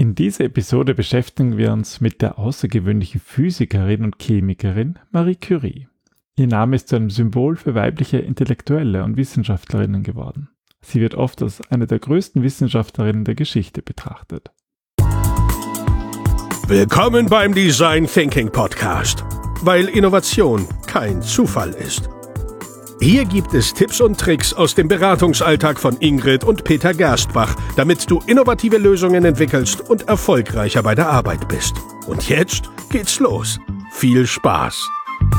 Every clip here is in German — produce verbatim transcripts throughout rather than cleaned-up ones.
In dieser Episode beschäftigen wir uns mit der außergewöhnlichen Physikerin und Chemikerin Marie Curie. Ihr Name ist zu einem Symbol für weibliche Intellektuelle und Wissenschaftlerinnen geworden. Sie wird oft als eine der größten Wissenschaftlerinnen der Geschichte betrachtet. Willkommen beim Design Thinking Podcast, weil Innovation kein Zufall ist. Hier gibt es Tipps und Tricks aus dem Beratungsalltag von Ingrid und Peter Gerstbach, damit du innovative Lösungen entwickelst und erfolgreicher bei der Arbeit bist. Und jetzt geht's los. Viel Spaß!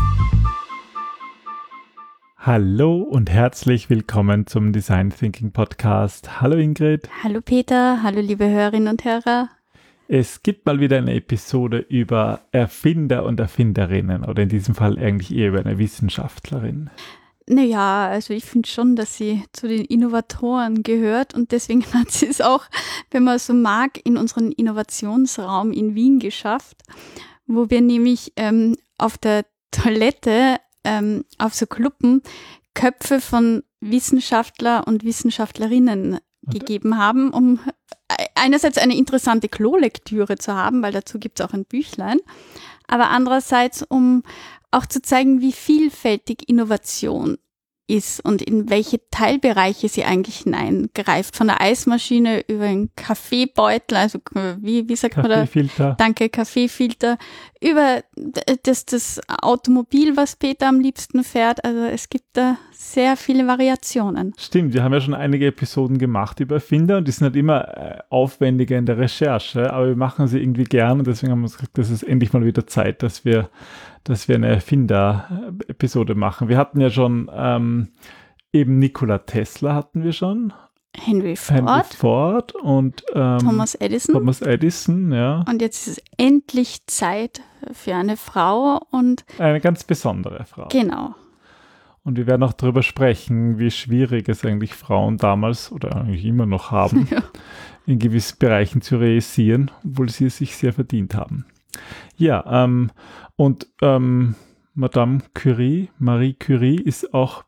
Hallo und herzlich willkommen zum Design Thinking Podcast. Hallo Ingrid. Hallo Peter, hallo liebe Hörerinnen und Hörer. Es gibt mal wieder eine Episode über Erfinder und Erfinderinnen oder in diesem Fall eigentlich eher über eine Wissenschaftlerin. Naja, also ich finde schon, dass sie zu den Innovatoren gehört und deswegen hat sie es auch, wenn man so mag, in unseren Innovationsraum in Wien geschafft, wo wir nämlich ähm, auf der Toilette ähm, auf so Kluppen Köpfe von Wissenschaftler und Wissenschaftlerinnen und gegeben haben, um einerseits eine interessante Klolektüre zu haben, weil dazu gibt es auch ein Büchlein, aber andererseits, um auch zu zeigen, wie vielfältig Innovation ist und in welche Teilbereiche sie eigentlich hineingreift. Von der Eismaschine über den Kaffeebeutel, also wie, wie sagt man da? Kaffeefilter. Danke, Kaffeefilter, über das, das Automobil, was Peter am liebsten fährt. Also es gibt da sehr viele Variationen. Stimmt, wir haben ja schon einige Episoden gemacht über Erfinder und die sind halt immer äh, aufwendiger in der Recherche, aber wir machen sie irgendwie gern und deswegen haben wir uns gesagt, das ist endlich mal wieder Zeit, dass wir dass wir eine Erfinder-Episode machen. Wir hatten ja schon ähm, eben Nikola Tesla hatten wir schon. Henry Ford. Henry Ford und ähm, Thomas Edison. Thomas Edison, ja. Und jetzt ist es endlich Zeit für eine Frau und eine ganz besondere Frau. Genau. Und wir werden auch darüber sprechen, wie schwierig es eigentlich Frauen damals oder eigentlich immer noch haben, ja. in gewissen Bereichen zu realisieren, obwohl sie es sich sehr verdient haben. Ja, ähm, und ähm, Madame Curie, Marie Curie ist auch,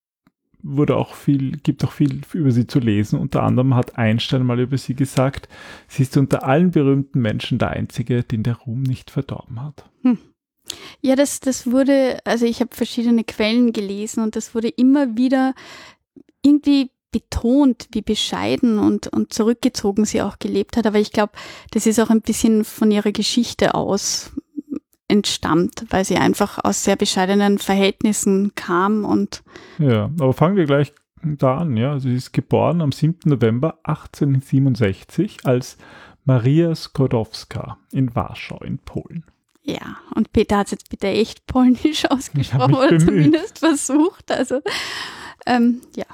wurde auch viel, gibt auch viel über sie zu lesen. Unter anderem hat Einstein mal über sie gesagt, sie ist unter allen berühmten Menschen der einzige, den der Ruhm nicht verdorben hat. Hm. Ja, das, das wurde, also ich habe verschiedene Quellen gelesen und das wurde immer wieder irgendwie betont, wie bescheiden und, und zurückgezogen sie auch gelebt hat. Aber ich glaube, das ist auch ein bisschen von ihrer Geschichte aus entstammt, weil sie einfach aus sehr bescheidenen Verhältnissen kam. Und ja, aber fangen wir gleich da an. Ja, also sie ist geboren am siebten November achtzehnhundertsiebenundsechzig als Maria Skłodowska in Warschau in Polen. Ja, und Peter hat es jetzt bitte echt polnisch ausgesprochen oder bemüht. zumindest versucht. Also, ähm, ja.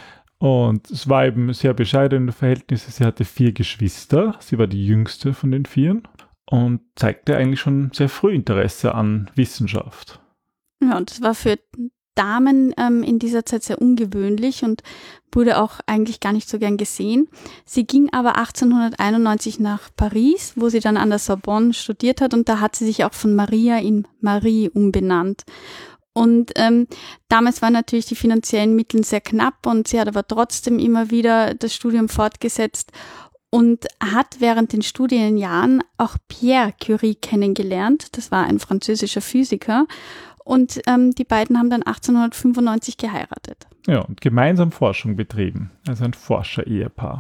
Und es war eben sehr bescheidene Verhältnisse. Sie hatte vier Geschwister. Sie war die jüngste von den Vieren und zeigte eigentlich schon sehr früh Interesse an Wissenschaft. Ja, und das war für Damen ähm, in dieser Zeit sehr ungewöhnlich und wurde auch eigentlich gar nicht so gern gesehen. Sie ging aber achtzehnhunderteinundneunzig nach Paris, wo sie dann an der Sorbonne studiert hat und da hat sie sich auch von Maria in Marie umbenannt. Und ähm, damals waren natürlich die finanziellen Mittel sehr knapp und sie hat aber trotzdem immer wieder das Studium fortgesetzt und hat während den Studienjahren auch Pierre Curie kennengelernt. Das war ein französischer Physiker und ähm, die beiden haben dann achtzehnhundertfünfundneunzig geheiratet. Ja, und gemeinsam Forschung betrieben, also ein Forscher-Ehepaar.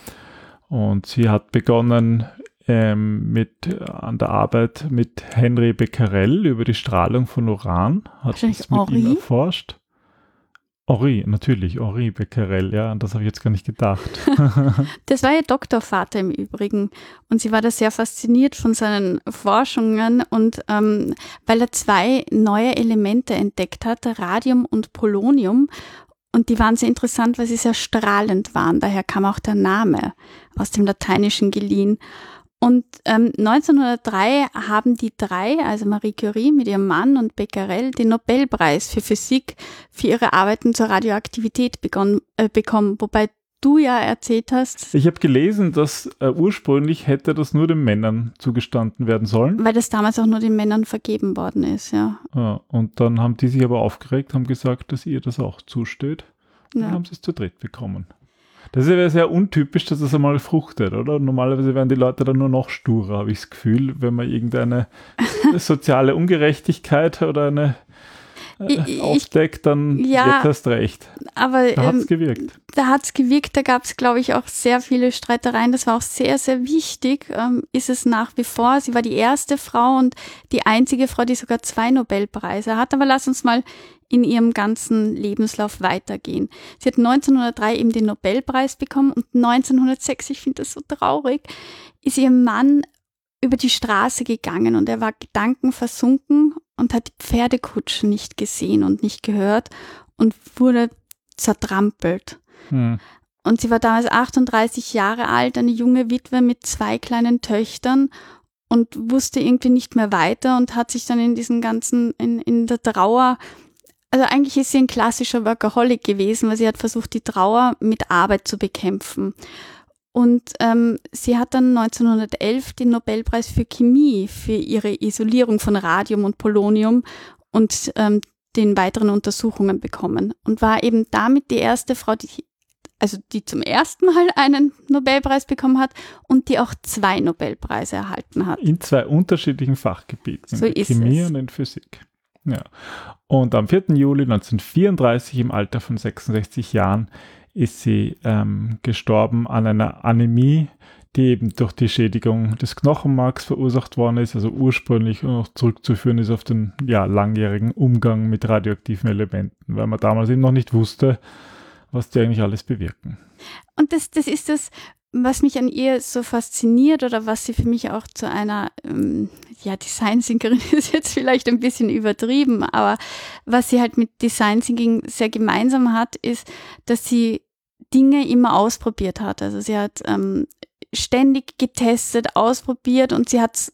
Und sie hat begonnen ähm, mit äh, an der Arbeit mit Henri Becquerel über die Strahlung von Uran, hat es mit ihm erforscht. Henri, natürlich, Henri Becquerel, ja, an das habe ich jetzt gar nicht gedacht. Das war ihr Doktorvater im Übrigen und sie war da sehr fasziniert von seinen Forschungen und ähm, weil er zwei neue Elemente entdeckt hat, Radium und Polonium und die waren sehr interessant, weil sie sehr strahlend waren, daher kam auch der Name aus dem Lateinischen geliehen. Und ähm, neunzehnhundertdrei haben die drei, also Marie Curie mit ihrem Mann und Becquerel, den Nobelpreis für Physik für ihre Arbeiten zur Radioaktivität begonnen, äh, bekommen, wobei du ja erzählt hast. Ich habe gelesen, dass äh, ursprünglich hätte das nur den Männern zugestanden werden sollen. Weil das damals auch nur den Männern vergeben worden ist, ja. ja und dann haben die sich aber aufgeregt, haben gesagt, dass ihr das auch zusteht. Und Ja. dann haben sie es zu dritt bekommen. Das ist ja sehr untypisch, dass das einmal fruchtet, oder? Normalerweise werden die Leute dann nur noch sturer, habe ich das Gefühl, wenn man irgendeine soziale Ungerechtigkeit oder eine äh, aufdeckt, dann ja, jetzt erst recht. Aber da hat es ähm, gewirkt. Da hat es gewirkt, da gab es, glaube ich, auch sehr viele Streitereien. Das war auch sehr, sehr wichtig, ähm, ist es nach wie vor. Sie war die erste Frau und die einzige Frau, die sogar zwei Nobelpreise hat. Aber lass uns mal in ihrem ganzen Lebenslauf weitergehen. Sie hat neunzehnhundertdrei eben den Nobelpreis bekommen und neunzehnhundertsechs, ich finde das so traurig, ist ihr Mann über die Straße gegangen und er war gedankenversunken und hat die Pferdekutschen nicht gesehen und nicht gehört und wurde zertrampelt. Hm. Und sie war damals achtunddreißig Jahre alt, eine junge Witwe mit zwei kleinen Töchtern und wusste irgendwie nicht mehr weiter und hat sich dann in diesen ganzen, in, in der Trauer, also eigentlich ist sie ein klassischer Workaholic gewesen, weil sie hat versucht, die Trauer mit Arbeit zu bekämpfen. Und ähm, sie hat dann neunzehnhundertelf den Nobelpreis für Chemie für ihre Isolierung von Radium und Polonium und ähm, den weiteren Untersuchungen bekommen und war eben damit die erste Frau, die, also die zum ersten Mal einen Nobelpreis bekommen hat und die auch zwei Nobelpreise erhalten hat. In zwei unterschiedlichen Fachgebieten, so in der Chemie es. und in Physik. Ja. Und am vierten Juli neunzehnhundertvierunddreißig im Alter von sechsundsechzig Jahren ist sie ähm, gestorben an einer Anämie, die eben durch die Schädigung des Knochenmarks verursacht worden ist, also ursprünglich noch zurückzuführen ist auf den ja, langjährigen Umgang mit radioaktiven Elementen, weil man damals eben noch nicht wusste, was die eigentlich alles bewirken. Und das, das ist das, was mich an ihr so fasziniert oder was sie für mich auch zu einer, ähm, ja, Design Thinkerin ist jetzt vielleicht ein bisschen übertrieben, aber was sie halt mit Design Thinking sehr gemeinsam hat, ist, dass sie Dinge immer ausprobiert hat. Also sie hat ähm, ständig getestet, ausprobiert und sie hat,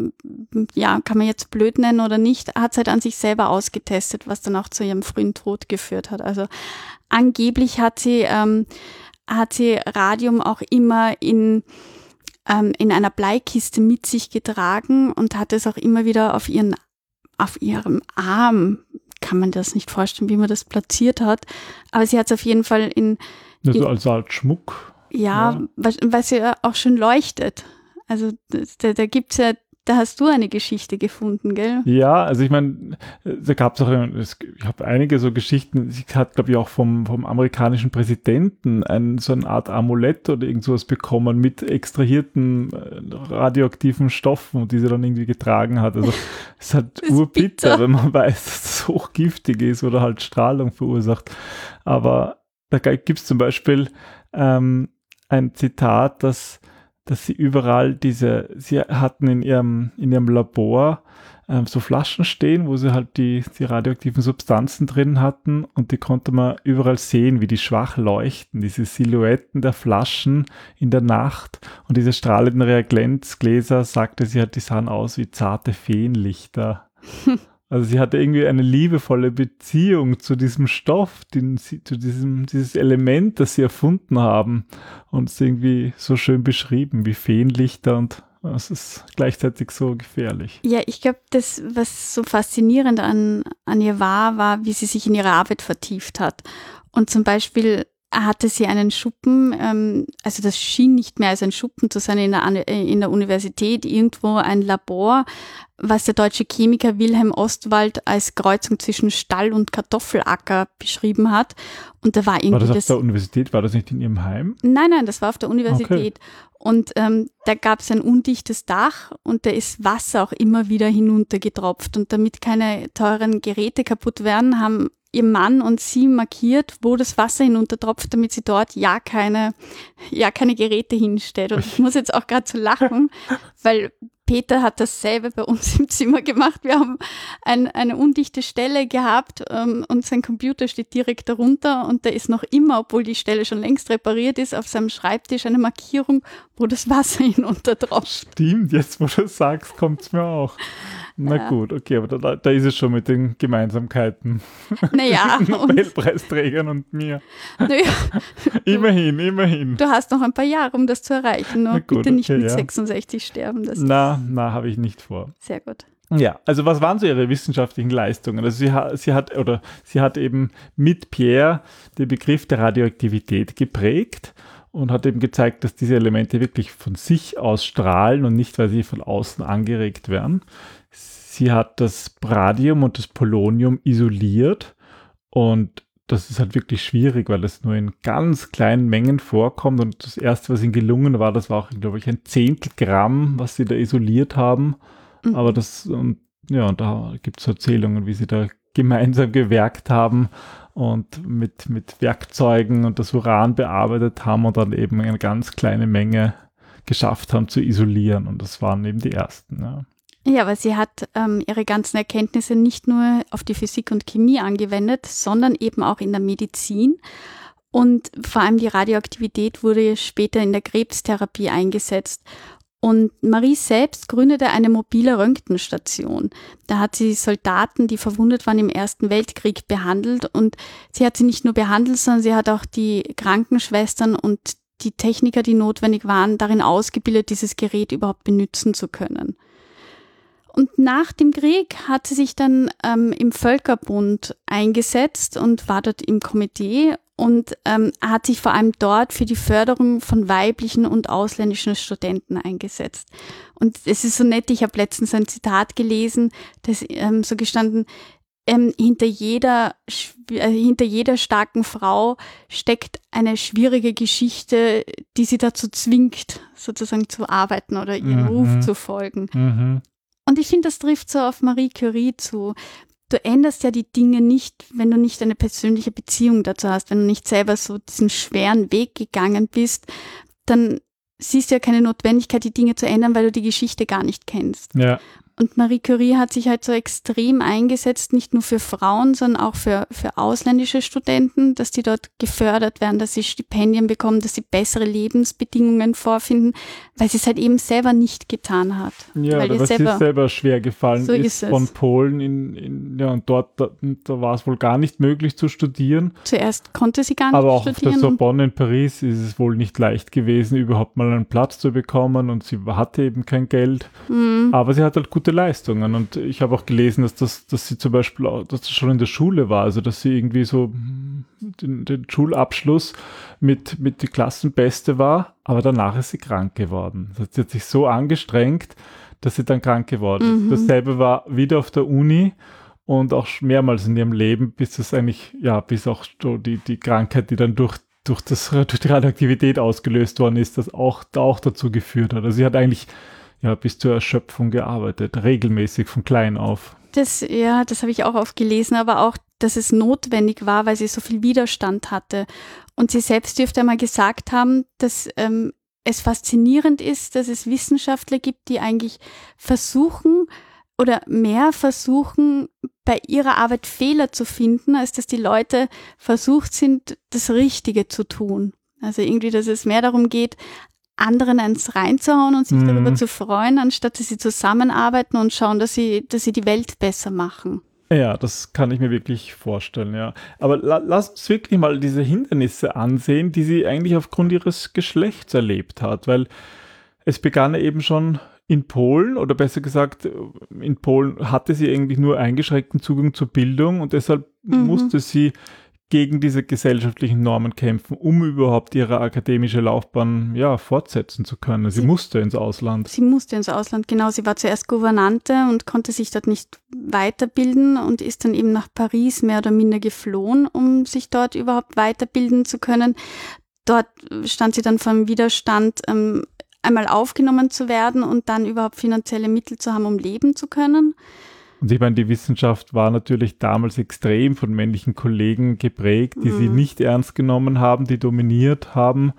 ja, kann man jetzt blöd nennen oder nicht, hat es halt an sich selber ausgetestet, was dann auch zu ihrem frühen Tod geführt hat. Also angeblich hat sie, ähm, hat sie Radium auch immer in, ähm, in einer Bleikiste mit sich getragen und hat es auch immer wieder auf ihren, auf ihrem Arm, kann man das nicht vorstellen, wie man das platziert hat, aber sie hat es auf jeden Fall in, in also als Art Schmuck. Ja, ja. Weil, weil sie ja auch schön leuchtet. Also da, da gibt's ja, da hast du eine Geschichte gefunden, gell? Ja, also ich meine, da gab es auch, ich habe einige so Geschichten, sie hat, glaube ich, auch vom, vom amerikanischen Präsidenten ein, so eine Art Amulett oder irgend sowas bekommen mit extrahierten radioaktiven Stoffen, die sie dann irgendwie getragen hat. Also es ist halt urbitter, wenn man weiß, dass das hochgiftig ist oder halt Strahlung verursacht. Aber da gibt es zum Beispiel ähm, ein Zitat, dass dass sie überall diese, sie hatten in ihrem, in ihrem Labor ähm, so Flaschen stehen, wo sie halt die, die radioaktiven Substanzen drin hatten und die konnte man überall sehen, wie die schwach leuchten, diese Silhouetten der Flaschen in der Nacht und diese strahlenden Reagenzgläser, sagte sie halt, die sahen aus wie zarte Feenlichter. Also sie hatte irgendwie eine liebevolle Beziehung zu diesem Stoff, den sie, zu diesem dieses Element, das sie erfunden haben und es irgendwie so schön beschrieben wie Feenlichter und es ist gleichzeitig so gefährlich. Ja, ich glaube, das, was so faszinierend an, an ihr war, war, wie sie sich in ihre Arbeit vertieft hat. Und zum Beispiel hatte sie einen Schuppen, ähm, also das schien nicht mehr als ein Schuppen zu sein in der, in der Universität, irgendwo ein Labor, was der deutsche Chemiker Wilhelm Ostwald als Kreuzung zwischen Stall und Kartoffelacker beschrieben hat. Und da war irgendwie War das auf das, der Universität? War das nicht in ihrem Heim? Nein, nein, das war auf der Universität. Okay. Und ähm, da gab es ein undichtes Dach und da ist Wasser auch immer wieder hinuntergetropft. Und damit keine teuren Geräte kaputt werden, haben ihr Mann und sie markiert, wo das Wasser hinuntertropft, damit sie dort ja keine, ja keine Geräte hinstellt. Und ich muss jetzt auch gerade so lachen, weil Peter hat dasselbe bei uns im Zimmer gemacht. Wir haben ein, eine undichte Stelle gehabt ähm, und sein Computer steht direkt darunter und da ist noch immer, obwohl die Stelle schon längst repariert ist, auf seinem Schreibtisch eine Markierung, wo das Wasser hinuntertropft. Stimmt, jetzt wo du sagst, kommt es mir auch. Na ja. Gut, okay, aber da, da ist es schon mit den Gemeinsamkeiten. Naja. Nobelpreisträgern und mir. Naja. Immerhin, immerhin. Du hast noch ein paar Jahre, um das zu erreichen. Nur gut, bitte nicht okay, mit ja. sechsundsechzig sterben. Das na, na, habe ich nicht vor. Sehr gut. Ja, also was waren so ihre wissenschaftlichen Leistungen? Also sie hat, sie hat, oder sie hat eben mit Pierre den Begriff der Radioaktivität geprägt und hat eben gezeigt, dass diese Elemente wirklich von sich aus strahlen und nicht, weil sie von außen angeregt werden. Sie hat das Radium und das Polonium isoliert und das ist halt wirklich schwierig, weil es nur in ganz kleinen Mengen vorkommt und das erste, was ihnen gelungen war, das war auch, glaube ich, ein Zehntel Gramm, was sie da isoliert haben. Mhm. Aber das, und ja, und da gibt es Erzählungen, wie sie da gemeinsam gewerkt haben und mit, mit Werkzeugen und das Uran bearbeitet haben und dann eben eine ganz kleine Menge geschafft haben zu isolieren und das waren eben die ersten, ja. Ja, aber sie hat ähm, ihre ganzen Erkenntnisse nicht nur auf die Physik und Chemie angewendet, sondern eben auch in der Medizin. Und vor allem die Radioaktivität wurde später in der Krebstherapie eingesetzt. Und Marie selbst gründete eine mobile Röntgenstation. Da hat sie Soldaten, die verwundet waren im Ersten Weltkrieg, behandelt. Und sie hat sie nicht nur behandelt, sondern sie hat auch die Krankenschwestern und die Techniker, die notwendig waren, darin ausgebildet, dieses Gerät überhaupt benutzen zu können. Und nach dem Krieg hat sie sich dann ähm, im Völkerbund eingesetzt und war dort im Komitee und ähm, hat sich vor allem dort für die Förderung von weiblichen und ausländischen Studenten eingesetzt. Und es ist so nett, ich habe letztens ein Zitat gelesen, das ähm, so gestanden, ähm, hinter jeder, äh, hinter jeder starken Frau steckt eine schwierige Geschichte, die sie dazu zwingt, sozusagen zu arbeiten oder ihrem mhm. Ruf zu folgen. Mhm. Und ich finde, das trifft so auf Marie Curie zu. Du änderst ja die Dinge nicht, wenn du nicht eine persönliche Beziehung dazu hast, wenn du nicht selber so diesen schweren Weg gegangen bist, dann siehst du ja keine Notwendigkeit, die Dinge zu ändern, weil du die Geschichte gar nicht kennst. Ja. Und Marie Curie hat sich halt so extrem eingesetzt, nicht nur für Frauen, sondern auch für, für ausländische Studenten, dass die dort gefördert werden, dass sie Stipendien bekommen, dass sie bessere Lebensbedingungen vorfinden, weil sie es halt eben selber nicht getan hat. Ja, weil was selber, ihr selber schwer gefallen so ist, ist von Polen in, in, ja, und dort, da, da war es wohl gar nicht möglich zu studieren. Zuerst konnte sie gar nicht Aber auch studieren. auf der Sorbonne in Paris ist es wohl nicht leicht gewesen, überhaupt mal einen Platz zu bekommen und sie hatte eben kein Geld. Mhm. Aber sie hat halt gute Leistungen und ich habe auch gelesen, dass das, dass sie zum Beispiel auch, dass das schon in der Schule war, also dass sie irgendwie so den, den Schulabschluss mit, mit die Klassenbeste war, aber danach ist sie krank geworden. Also sie hat sich so angestrengt, dass sie dann krank geworden ist. Mhm. Dasselbe war wieder auf der Uni und auch mehrmals in ihrem Leben, bis das eigentlich, ja, bis auch so die, die Krankheit, die dann durch durch, das, durch die Radioaktivität ausgelöst worden ist, das auch, auch dazu geführt hat. Also sie hat eigentlich ja bis zur Erschöpfung gearbeitet, regelmäßig von klein auf. Das, ja, das habe ich auch oft gelesen, aber auch, dass es notwendig war, weil sie so viel Widerstand hatte. Und sie selbst dürfte einmal gesagt haben, dass ähm, es faszinierend ist, dass es Wissenschaftler gibt, die eigentlich versuchen oder mehr versuchen, bei ihrer Arbeit Fehler zu finden, als dass die Leute versucht sind, das Richtige zu tun. Also irgendwie, dass es mehr darum geht, anderen eins reinzuhauen und sich mhm. darüber zu freuen, anstatt dass sie zusammenarbeiten und schauen, dass sie, dass sie die Welt besser machen. Ja, das kann ich mir wirklich vorstellen, ja. Aber la- lass uns wirklich mal diese Hindernisse ansehen, die sie eigentlich aufgrund ihres Geschlechts erlebt hat, weil es begann ja eben schon in Polen, oder besser gesagt, in Polen hatte sie eigentlich nur eingeschränkten Zugang zur Bildung und deshalb mhm. musste sie gegen diese gesellschaftlichen Normen kämpfen, um überhaupt ihre akademische Laufbahn ja, fortsetzen zu können. Sie, sie musste ins Ausland. Sie musste ins Ausland, genau. Sie war zuerst Gouvernante und konnte sich dort nicht weiterbilden und ist dann eben nach Paris mehr oder minder geflohen, um sich dort überhaupt weiterbilden zu können. Dort stand sie dann vor dem Widerstand, ähm, einmal aufgenommen zu werden und dann überhaupt finanzielle Mittel zu haben, um leben zu können. Und ich meine, die Wissenschaft war natürlich damals extrem von männlichen Kollegen geprägt, die mhm. sie nicht ernst genommen haben, die dominiert haben.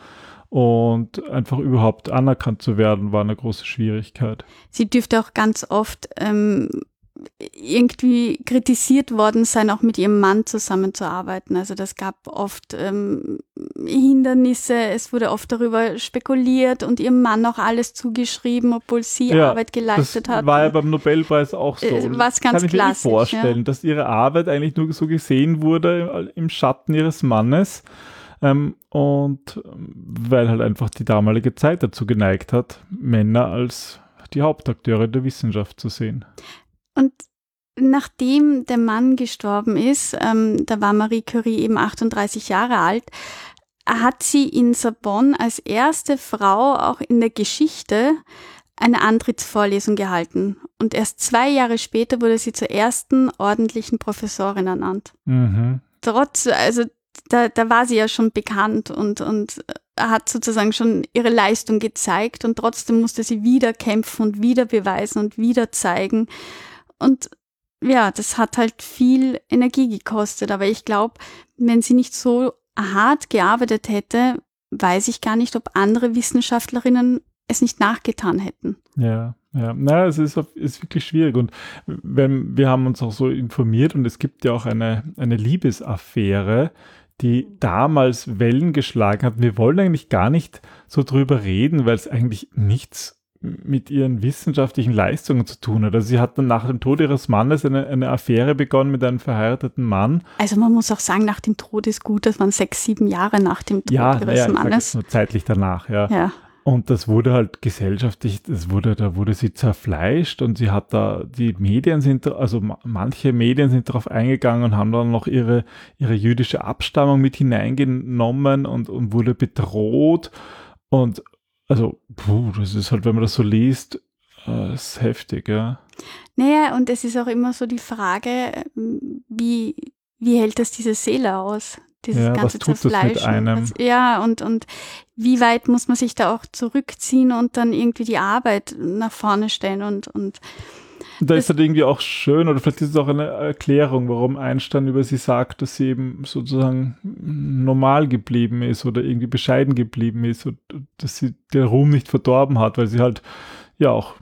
Und einfach überhaupt anerkannt zu werden, war eine große Schwierigkeit. Sie dürfte auch ganz oft ähm, irgendwie kritisiert worden sein, auch mit ihrem Mann zusammenzuarbeiten. Also das gab oft ähm, Hindernisse, es wurde oft darüber spekuliert und ihrem Mann auch alles zugeschrieben, obwohl sie ja, Arbeit geleistet hat. Das war ja beim Nobelpreis auch so. Äh, was ganz kann ich mir nicht vorstellen, ja. dass ihre Arbeit eigentlich nur so gesehen wurde im Schatten ihres Mannes. Ähm, und weil halt einfach die damalige Zeit dazu geneigt hat, Männer als die Hauptakteure der Wissenschaft zu sehen. Und nachdem der Mann gestorben ist, ähm, da war Marie Curie eben achtunddreißig Jahre alt, hat sie in Sorbonne als erste Frau auch in der Geschichte eine Antrittsvorlesung gehalten. Und erst zwei Jahre später wurde sie zur ersten ordentlichen Professorin ernannt. Mhm. Trotz, also da, da war sie ja schon bekannt und, und hat sozusagen schon ihre Leistung gezeigt und trotzdem musste sie wieder kämpfen und wieder beweisen und wieder zeigen. Und ja, das hat halt viel Energie gekostet. Aber ich glaube, wenn sie nicht so hart gearbeitet hätte, weiß ich gar nicht, ob andere Wissenschaftlerinnen es nicht nachgetan hätten. Ja, ja. Naja, es ist, ist wirklich schwierig. Und wenn, wir haben uns auch so informiert und es gibt ja auch eine, eine Liebesaffäre, die damals Wellen geschlagen hat. Wir wollen eigentlich gar nicht so drüber reden, weil es eigentlich nichts mit ihren wissenschaftlichen Leistungen zu tun hat. Also sie hat dann nach dem Tod ihres Mannes eine, eine Affäre begonnen mit einem verheirateten Mann. Also man muss auch sagen, nach dem Tod ist gut, das waren sechs, sieben Jahre nach dem Tod ja, ihres naja, Mannes. Ich sag nur zeitlich danach, ja. Ja. Und das wurde halt gesellschaftlich, das wurde, da wurde sie zerfleischt und sie hat da, die Medien sind, also manche Medien sind darauf eingegangen und haben dann noch ihre, ihre jüdische Abstammung mit hineingenommen und, und wurde bedroht und also, puh, das ist halt, wenn man das so liest, äh, ist heftig, ja. Naja, und es ist auch immer so die Frage, wie, wie hält das diese Seele aus? Dieses ja, ganze was tut das mit einem? Was, ja, und, und wie weit muss man sich da auch zurückziehen und dann irgendwie die Arbeit nach vorne stellen und, und da ist halt irgendwie auch schön, oder vielleicht ist es auch eine Erklärung, warum Einstein über sie sagt, dass sie eben sozusagen normal geblieben ist oder irgendwie bescheiden geblieben ist und dass sie den Ruhm nicht verdorben hat, weil sie halt ja auch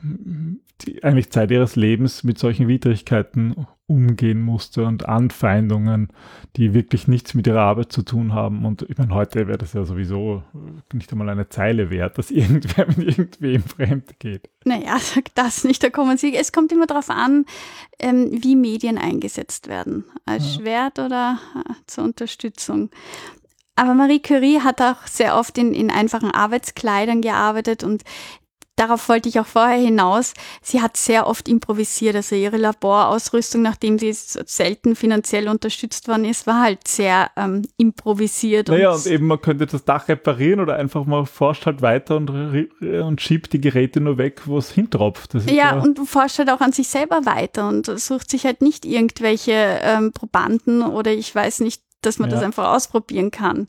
die eigentlich Zeit ihres Lebens mit solchen Widrigkeiten umgehen musste und Anfeindungen, die wirklich nichts mit ihrer Arbeit zu tun haben. Und ich meine, heute wäre das ja sowieso nicht einmal eine Zeile wert, dass irgendwer mit irgendwem fremd geht. Naja, sag das nicht, da kommen sie. Es kommt immer darauf an, ähm, wie Medien eingesetzt werden. Als ja. Schwert oder äh, zur Unterstützung. Aber Marie Curie hat auch sehr oft in, in einfachen Arbeitskleidern gearbeitet und darauf wollte ich auch vorher hinaus. Sie hat sehr oft improvisiert, also ihre Laborausrüstung, nachdem sie selten finanziell unterstützt worden ist, war halt sehr ähm, improvisiert. Naja, und, und eben man könnte das Dach reparieren oder einfach mal forscht halt weiter und, und schiebt die Geräte nur weg, wo es hintropft. Das ist ja, ja, und forscht halt auch an sich selber weiter und sucht sich halt nicht irgendwelche ähm, Probanden oder ich weiß nicht, dass man ja. das einfach ausprobieren kann.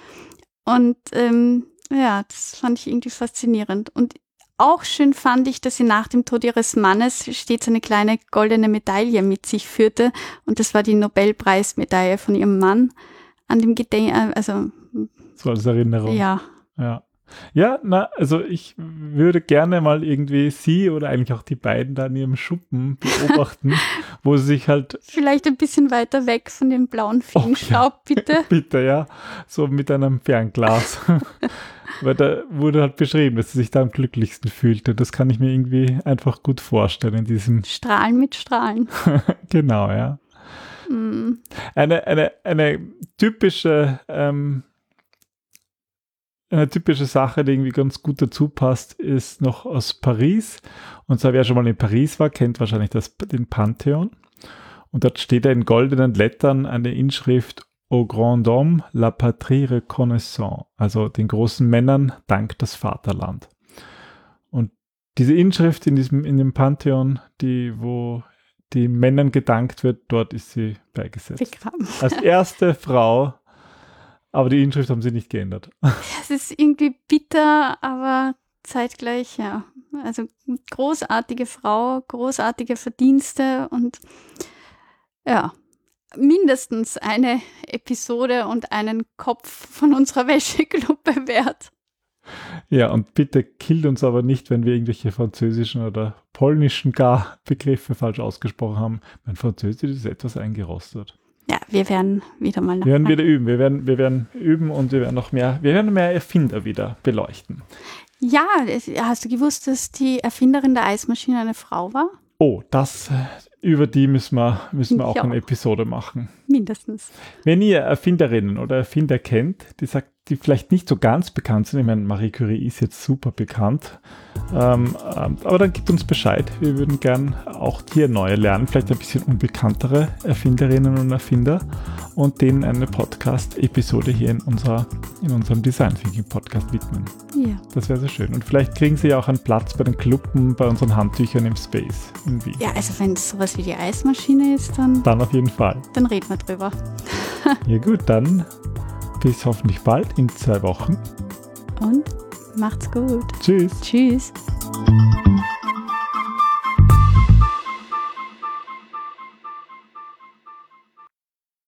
Und ähm, ja, das fand ich irgendwie faszinierend. Und auch schön fand ich, dass sie nach dem Tod ihres Mannes stets eine kleine goldene Medaille mit sich führte. Und das war die Nobelpreismedaille von ihrem Mann an dem Gedenken, also. So als Erinnerung. Ja. Ja. Ja, na, also ich würde gerne mal irgendwie sie oder eigentlich auch die beiden da in ihrem Schuppen beobachten, wo sie sich halt. Vielleicht ein bisschen weiter weg von dem blauen Feenstaub, oh, ja. bitte. Bitte, ja. So mit einem Fernglas. Weil da wurde halt beschrieben, dass sie sich da am glücklichsten fühlte. Das kann ich mir irgendwie einfach gut vorstellen in diesem. Strahlen mit Strahlen. Genau, ja. Mm. Eine, eine, eine typische, ähm, eine typische Sache, die irgendwie ganz gut dazu passt, ist noch aus Paris. Und zwar, wer schon mal in Paris war, kennt wahrscheinlich das, den Pantheon. Und dort steht da in goldenen Lettern eine Inschrift: Aux grands hommes, la patrie reconnaissant, also den großen Männern dank das Vaterland. Und diese Inschrift in diesem in dem Pantheon, die wo den Männern gedankt wird, dort ist sie beigesetzt. Begraben. Als erste Frau, aber die Inschrift haben sie nicht geändert. Es ist irgendwie bitter, aber zeitgleich, ja. Also großartige Frau, großartige Verdienste und ja. mindestens eine Episode und einen Kopf von unserer Wäschegruppe wert. Ja, und bitte killt uns aber nicht, wenn wir irgendwelche französischen oder polnischen gar Begriffe falsch ausgesprochen haben. Mein Französisch ist etwas eingerostet. Ja, wir werden wieder mal nachfragen. Wir werden wieder üben. Wir werden, wir werden üben und wir werden noch mehr, wir werden mehr Erfinder wieder beleuchten. Ja, hast du gewusst, dass die Erfinderin der Eismaschine eine Frau war? Oh, das, über die müssen wir, müssen wir auch ja. eine Episode machen. Mindestens. Wenn ihr Erfinderinnen oder Erfinder kennt, die sagt, die vielleicht nicht so ganz bekannt sind. Ich meine, Marie Curie ist jetzt super bekannt. Ähm, aber dann gibt uns Bescheid. Wir würden gern auch hier neue lernen, vielleicht ein bisschen unbekanntere Erfinderinnen und Erfinder und denen eine Podcast-Episode hier in, unserer, in unserem Design Thinking Podcast widmen. Ja. Das wäre sehr schön. Und vielleicht kriegen sie ja auch einen Platz bei den Kluppen, bei unseren Handtüchern im Space in Wien. Ja, also wenn es sowas wie die Eismaschine ist, dann, Dann auf jeden Fall. dann reden wir drüber. Ja gut, dann bis hoffentlich bald in zwei Wochen. Und macht's gut. Tschüss. Tschüss.